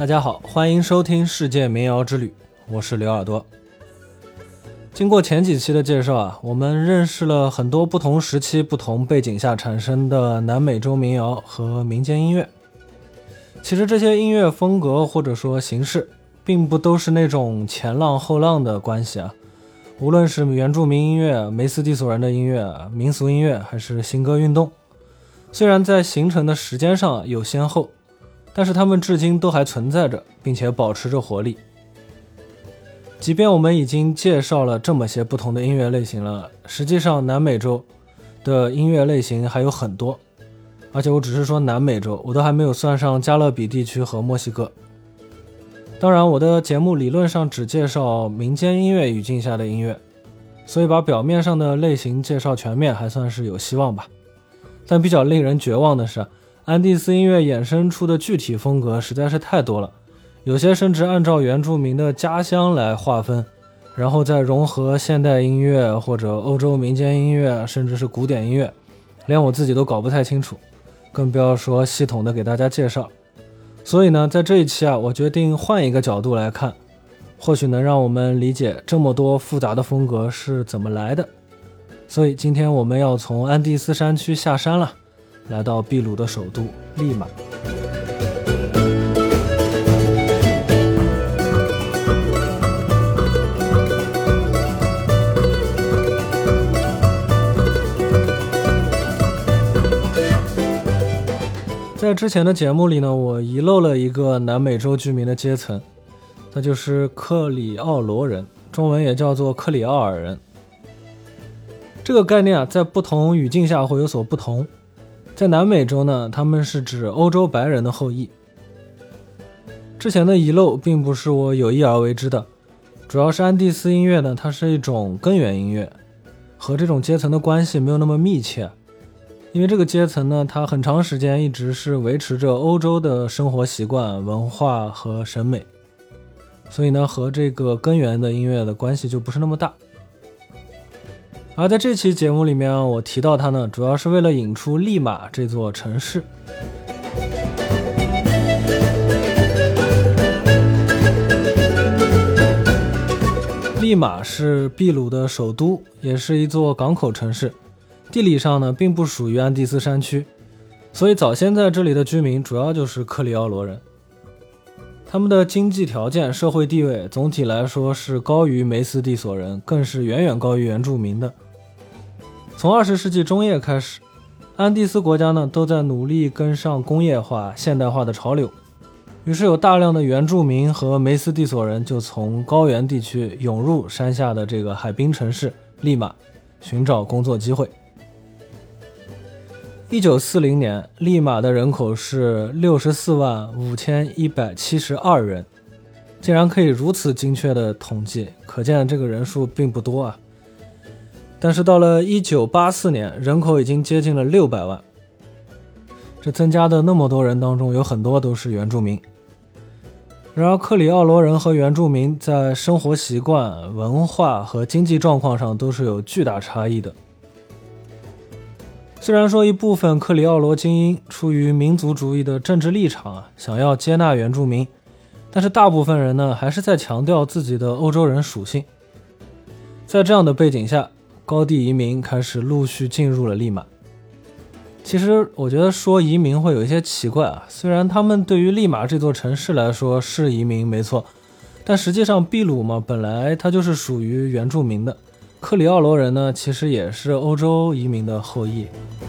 大家好，欢迎收听世界民谣之旅，我是刘耳朵。经过前几期的介绍我们认识了很多不同时期不同背景下产生的南美洲民谣和民间音乐。其实这些音乐风格或者说形式并不都是那种前浪后浪的关系无论是原住民音乐、梅斯蒂索人的音乐、民俗音乐还是新歌运动，虽然在形成的时间上有先后，但是它们至今都还存在着，并且保持着活力。即便我们已经介绍了这么些不同的音乐类型了，实际上南美洲的音乐类型还有很多，而且我只是说南美洲，我都还没有算上加勒比地区和墨西哥。当然我的节目理论上只介绍民间音乐语境下的音乐，所以把表面上的类型介绍全面还算是有希望吧。但比较令人绝望的是，安第斯音乐衍生出的具体风格实在是太多了，有些甚至按照原住民的家乡来划分，然后再融合现代音乐或者欧洲民间音乐，甚至是古典音乐，连我自己都搞不太清楚，更不要说系统的给大家介绍。所以呢，在这一期我决定换一个角度来看，或许能让我们理解这么多复杂的风格是怎么来的。所以今天我们要从安第斯山区下山了，来到秘鲁的首都利马。在之前的节目里呢，我遗漏了一个南美洲居民的阶层，那就是克里奥罗人，中文也叫做克里奥尔人。这个概念在不同语境下会有所不同。在南美洲呢，他们是指欧洲白人的后裔。之前的遗漏并不是我有意而为之的，主要是安第斯音乐呢，它是一种根源音乐，和这种阶层的关系没有那么密切。因为这个阶层呢，它很长时间一直是维持着欧洲的生活习惯、文化和审美，所以呢，和这个根源的音乐的关系就不是那么大。而在这期节目里面我提到它呢，主要是为了引出利马这座城市。利马是秘鲁的首都，也是一座港口城市，地理上呢并不属于安第斯山区，所以早先在这里的居民主要就是克里奥罗人。他们的经济条件、社会地位总体来说是高于梅斯蒂索人，更是远远高于原住民的。从20世纪中叶开始，安第斯国家呢都在努力跟上工业化、现代化的潮流，于是有大量的原住民和梅斯蒂索人就从高原地区涌入山下的这个海滨城市利马，寻找工作机会。1940年，利马的人口是645172人，竟然可以如此精确的统计，可见这个人数并不多但是到了1984年，人口已经接近了600万。这增加的那么多人当中，有很多都是原住民。然而克里奥罗人和原住民在生活习惯、文化和经济状况上都是有巨大差异的。虽然说一部分克里奥罗精英出于民族主义的政治立场想要接纳原住民，但是大部分人呢还是在强调自己的欧洲人属性。在这样的背景下，高地移民开始陆续进入了利马。其实我觉得说移民会有一些奇怪虽然他们对于利马这座城市来说是移民没错，但实际上秘鲁嘛，本来它就是属于原住民的。克里奥罗人呢，其实也是欧洲移民的后裔。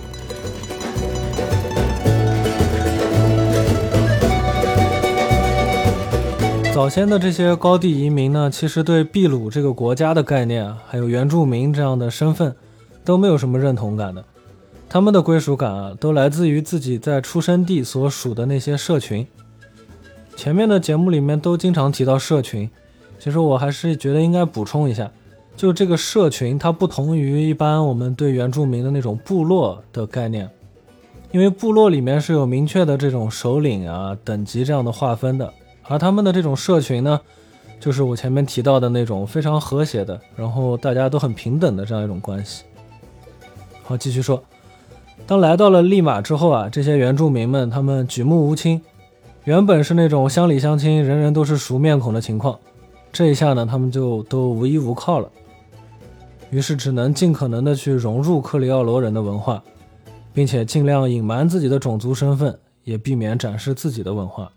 早先的这些高地移民呢，其实对秘鲁这个国家的概念还有原住民这样的身份都没有什么认同感的。他们的归属感都来自于自己在出生地所属的那些社群。前面的节目里面都经常提到社群，其实我还是觉得应该补充一下，就这个社群它不同于一般我们对原住民的那种部落的概念，因为部落里面是有明确的这种首领等级这样的划分的，而他们的这种社群呢，就是我前面提到的那种非常和谐的，然后大家都很平等的这样一种关系。好，继续说，当来到了利马之后这些原住民们他们举目无亲， 原本是那种乡里乡亲人人都是熟面孔的情况，这一下呢，他们就都无依无靠了，于是只能尽可能的去融入克里奥罗人的文化，并且尽量隐瞒自己的种族身份，也避免展示自己的文化。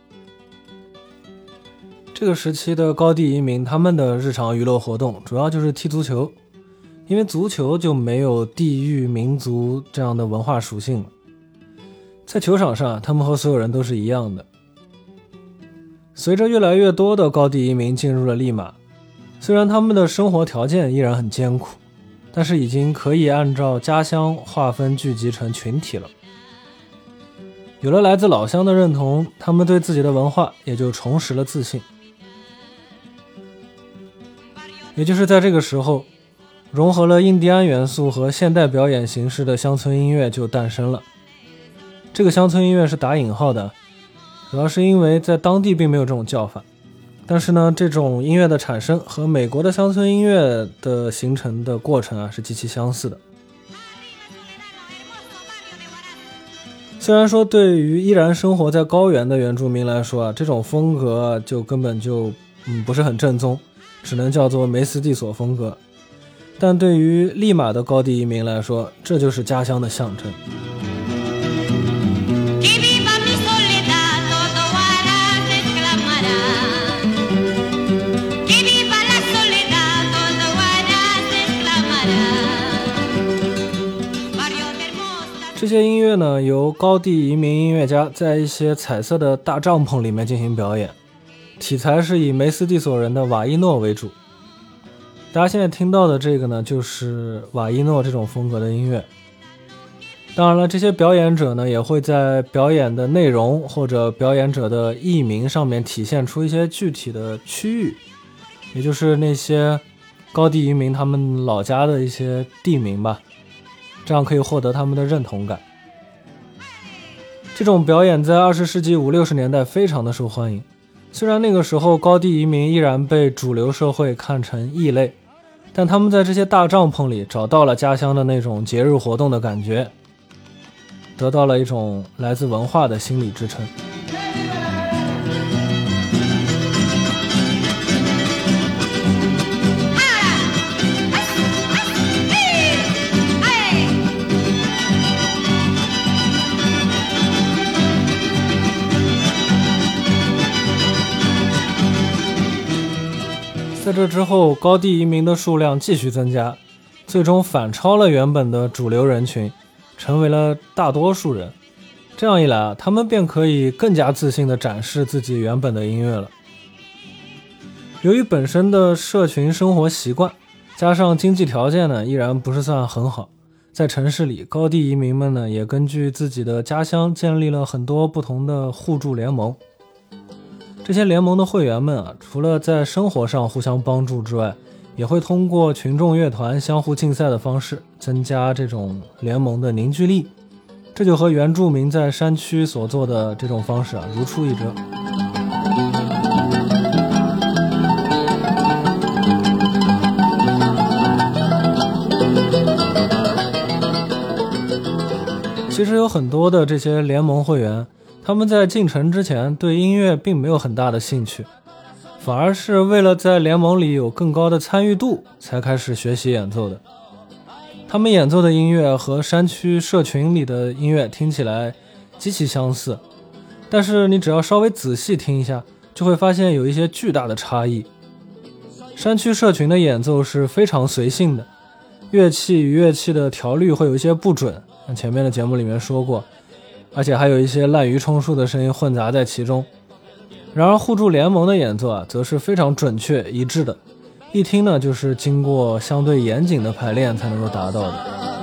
这个时期的高地移民，他们的日常娱乐活动主要就是踢足球，因为足球就没有地域民族这样的文化属性了。在球场上，他们和所有人都是一样的。随着越来越多的高地移民进入了利马，虽然他们的生活条件依然很艰苦，但是已经可以按照家乡划分聚集成群体了。有了来自老乡的认同，他们对自己的文化也就重拾了自信。也就是在这个时候，融合了印第安元素和现代表演形式的乡村音乐就诞生了。这个乡村音乐是打引号的，主要是因为在当地并没有这种叫法，但是呢，这种音乐的产生和美国的乡村音乐的形成的过程是极其相似的。虽然说对于依然生活在高原的原住民来说这种风格就根本就不是很正宗，只能叫做梅斯蒂索风格，但对于利马的高地移民来说，这就是家乡的象征。这些音乐呢，由高地移民音乐家在一些彩色的大帐篷里面进行表演，题材是以梅斯蒂索人的瓦伊诺为主。大家现在听到的这个呢，就是瓦伊诺这种风格的音乐。当然了，这些表演者呢，也会在表演的内容或者表演者的艺名上面体现出一些具体的区域，也就是那些高地移民他们老家的一些地名吧，这样可以获得他们的认同感。这种表演在20世纪50、60年代非常的受欢迎，虽然那个时候高地移民依然被主流社会看成异类，但他们在这些大帐篷里找到了家乡的那种节日活动的感觉，得到了一种来自文化的心理支撑。在这之后，高地移民的数量继续增加，最终反超了原本的主流人群，成为了大多数人。这样一来他们便可以更加自信地展示自己原本的音乐了。由于本身的社群生活习惯，加上经济条件呢依然不是算很好，在城市里，高地移民们呢也根据自己的家乡建立了很多不同的互助联盟。这些联盟的会员们除了在生活上互相帮助之外，也会通过群众乐团相互竞赛的方式增加这种联盟的凝聚力，这就和原住民在山区所做的这种方式如出一辙。其实有很多的这些联盟会员，他们在进城之前对音乐并没有很大的兴趣，反而是为了在联盟里有更高的参与度才开始学习演奏的。他们演奏的音乐和山区社群里的音乐听起来极其相似，但是你只要稍微仔细听一下，就会发现有一些巨大的差异。山区社群的演奏是非常随性的，乐器与乐器的调律会有一些不准，前面的节目里面说过，而且还有一些滥竽充数的声音混杂在其中。然而互助联盟的演奏则是非常准确一致的，一听呢就是经过相对严谨的排练才能够达到的。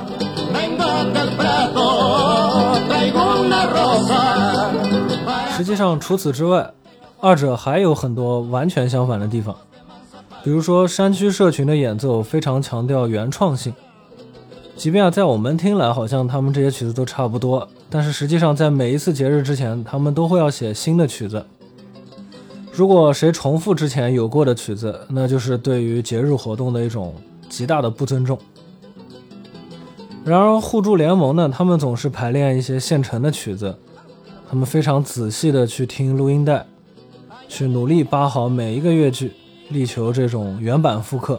实际上除此之外，二者还有很多完全相反的地方。比如说山区社群的演奏非常强调原创性，即便在我们听来好像他们这些曲子都差不多，但是实际上在每一次节日之前，他们都会要写新的曲子。如果谁重复之前有过的曲子，那就是对于节日活动的一种极大的不尊重。然而互助联盟呢，他们总是排练一些现成的曲子， 他们非常仔细的去听录音带，去努力扒好每一个乐句，力求这种原版复刻。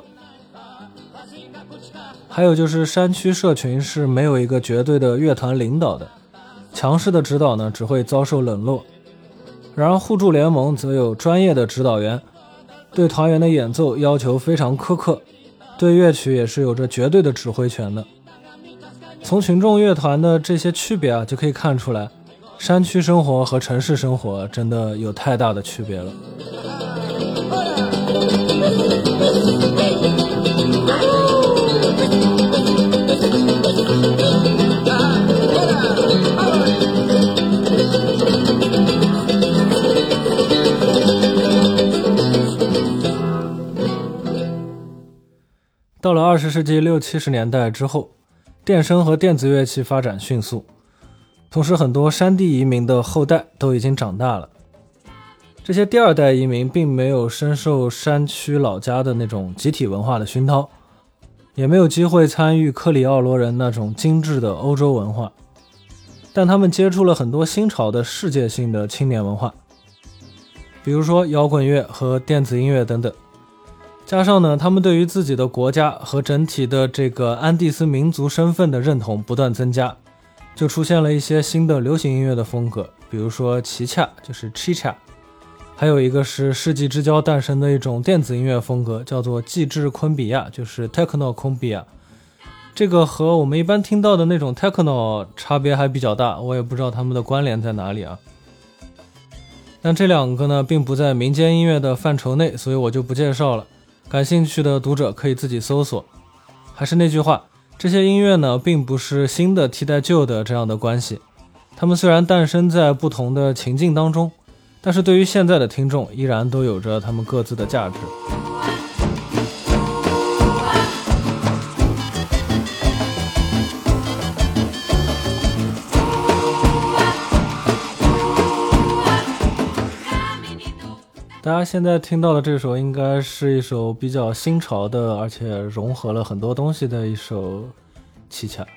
还有就是山区社群是没有一个绝对的乐团领导的，强势的指导呢只会遭受冷落。然而互助联盟则有专业的指导员，对团员的演奏要求非常苛刻，对乐曲也是有着绝对的指挥权的。从群众乐团的这些区别就可以看出来，山区生活和城市生活真的有太大的区别了。到了20世纪60、70年代之后，电声和电子乐器发展迅速，同时很多山地移民的后代都已经长大了。这些第二代移民并没有深受山区老家的那种集体文化的熏陶，也没有机会参与克里奥罗人那种精致的欧洲文化，但他们接触了很多新潮的世界性的青年文化，比如说摇滚乐和电子音乐等等。加上呢，他们对于自己的国家和整体的这个安第斯民族身份的认同不断增加，就出现了一些新的流行音乐的风格，比如说奇恰，就是 Chicha， 还有一个是世纪之交诞生的一种电子音乐风格，叫做纪制昆比亚，就是 Techno Cumbia。这个和我们一般听到的那种 Techno 差别还比较大，我也不知道他们的关联在哪里啊。但这两个呢，并不在民间音乐的范畴内，所以我就不介绍了。感兴趣的读者可以自己搜索。还是那句话，这些音乐呢，并不是新的替代旧的这样的关系。它们虽然诞生在不同的情境当中，但是对于现在的听众，依然都有着他们各自的价值。大家现在听到的这首应该是一首比较新潮的，而且融合了很多东西的一首奇恰。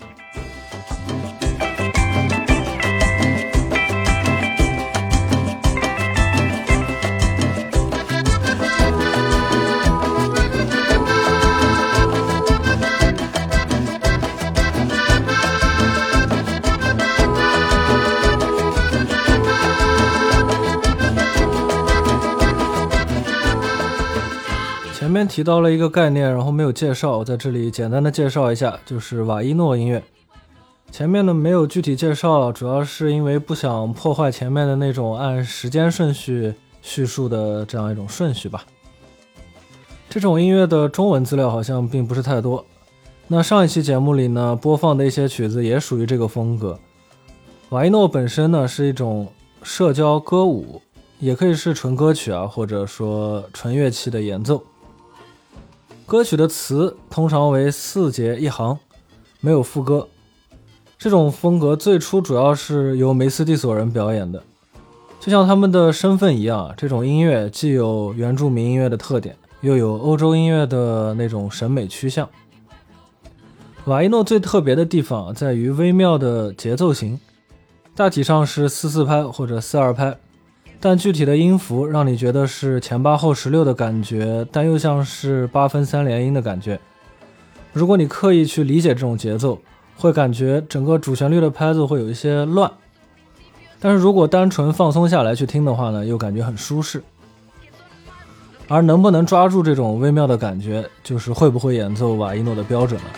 前面提到了一个概念，然后没有介绍，我在这里简单的介绍一下，就是瓦伊诺音乐。前面呢没有具体介绍，主要是因为不想破坏前面的那种按时间顺序叙述的这样一种顺序吧。这种音乐的中文资料好像并不是太多。那上一期节目里呢播放的一些曲子也属于这个风格。瓦伊诺本身呢是一种社交歌舞，也可以是纯歌曲或者说纯乐器的演奏。歌曲的词通常为4节1行，没有副歌。这种风格最初主要是由梅斯蒂索人表演的，就像他们的身份一样，这种音乐既有原住民音乐的特点，又有欧洲音乐的那种审美趋向。瓦伊诺最特别的地方在于微妙的节奏型，大体上是4/4拍或者4/2拍，但具体的音符让你觉得是前8后16的感觉，但又像是8分3连音的感觉。如果你刻意去理解这种节奏，会感觉整个主旋律的拍子会有一些乱，但是如果单纯放松下来去听的话呢，又感觉很舒适。而能不能抓住这种微妙的感觉，就是会不会演奏瓦伊诺的标准了。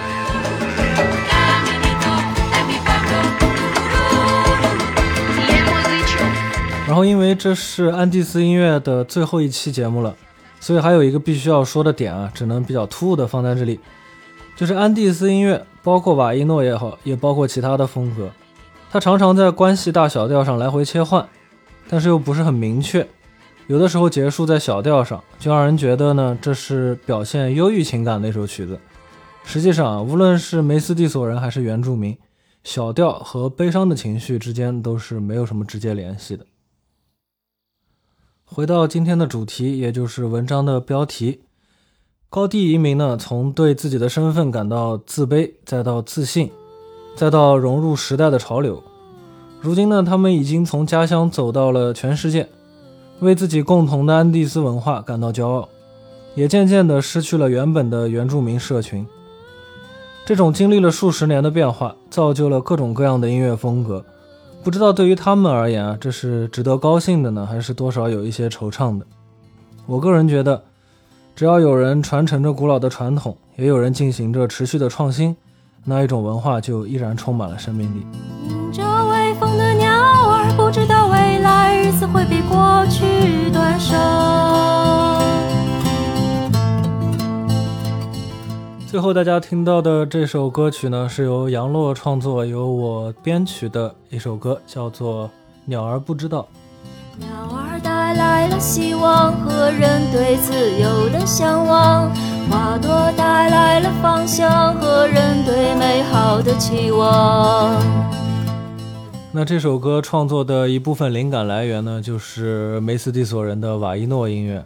然后因为这是安第斯音乐的最后一期节目了，所以还有一个必须要说的点只能比较突兀的放在这里，就是安第斯音乐包括瓦伊诺也好，也包括其他的风格，它常常在关系大小调上来回切换，但是又不是很明确，有的时候结束在小调上，就让人觉得呢这是表现忧郁情感的一首曲子。实际上无论是梅斯蒂索人还是原住民，小调和悲伤的情绪之间都是没有什么直接联系的。回到今天的主题，也就是文章的标题，高地移民呢，从对自己的身份感到自卑，再到自信，再到融入时代的潮流。 如今呢，他们已经从家乡走到了全世界，为自己共同的安第斯文化感到骄傲，也渐渐地失去了原本的原住民社群。这种经历了数十年的变化，造就了各种各样的音乐风格。不知道对于他们而言这是值得高兴的呢，还是多少有一些惆怅的？我个人觉得，只要有人传承着古老的传统，也有人进行着持续的创新，那一种文化就依然充满了生命力。 迎着微风的鸟儿，不知道未来日子会比过去短少。 最后大家听到的这首歌曲呢，是由杨洛创作，由我编曲的一首歌，叫做《鸟儿不知道》。 鸟儿带来了希望和人对自由的向往，花朵带来了芳香和人对美好的期望。 那这首歌创作的一部分灵感来源呢，就是梅斯蒂索人的瓦伊诺音乐。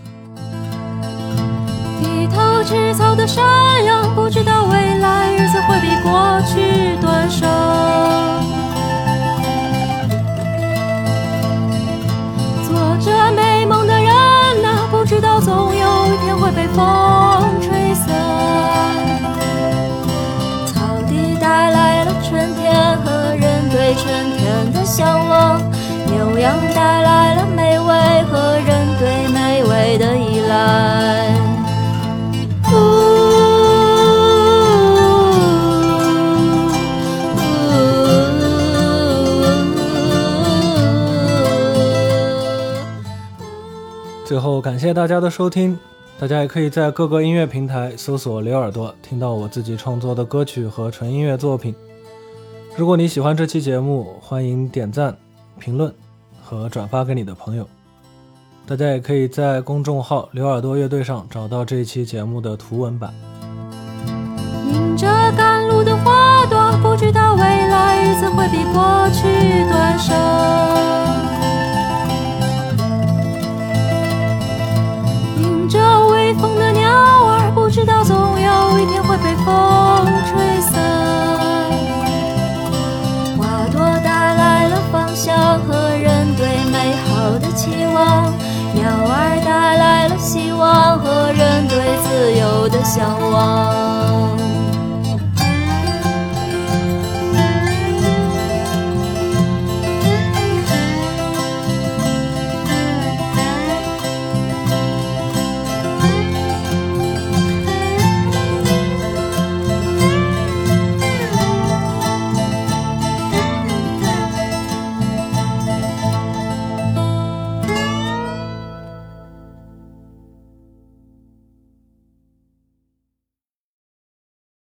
低头吃草的山羊，不知道未来日子会比过去短少。做着美梦的人不知道总有一天会被风吹散。草地带来了春天和人对春天的向往，牛羊带来了美味和人对美味的依赖。 最后感谢大家的收听，大家也可以在各个音乐平台搜索刘耳朵，听到我自己创作的歌曲和纯音乐作品。如果你喜欢这期节目，欢迎点赞、评论和转发给你的朋友。大家也可以在公众号刘耳朵乐队上找到这一期节目的图文版。 迎着赶路的花朵，不知道未来日子会比过去短少。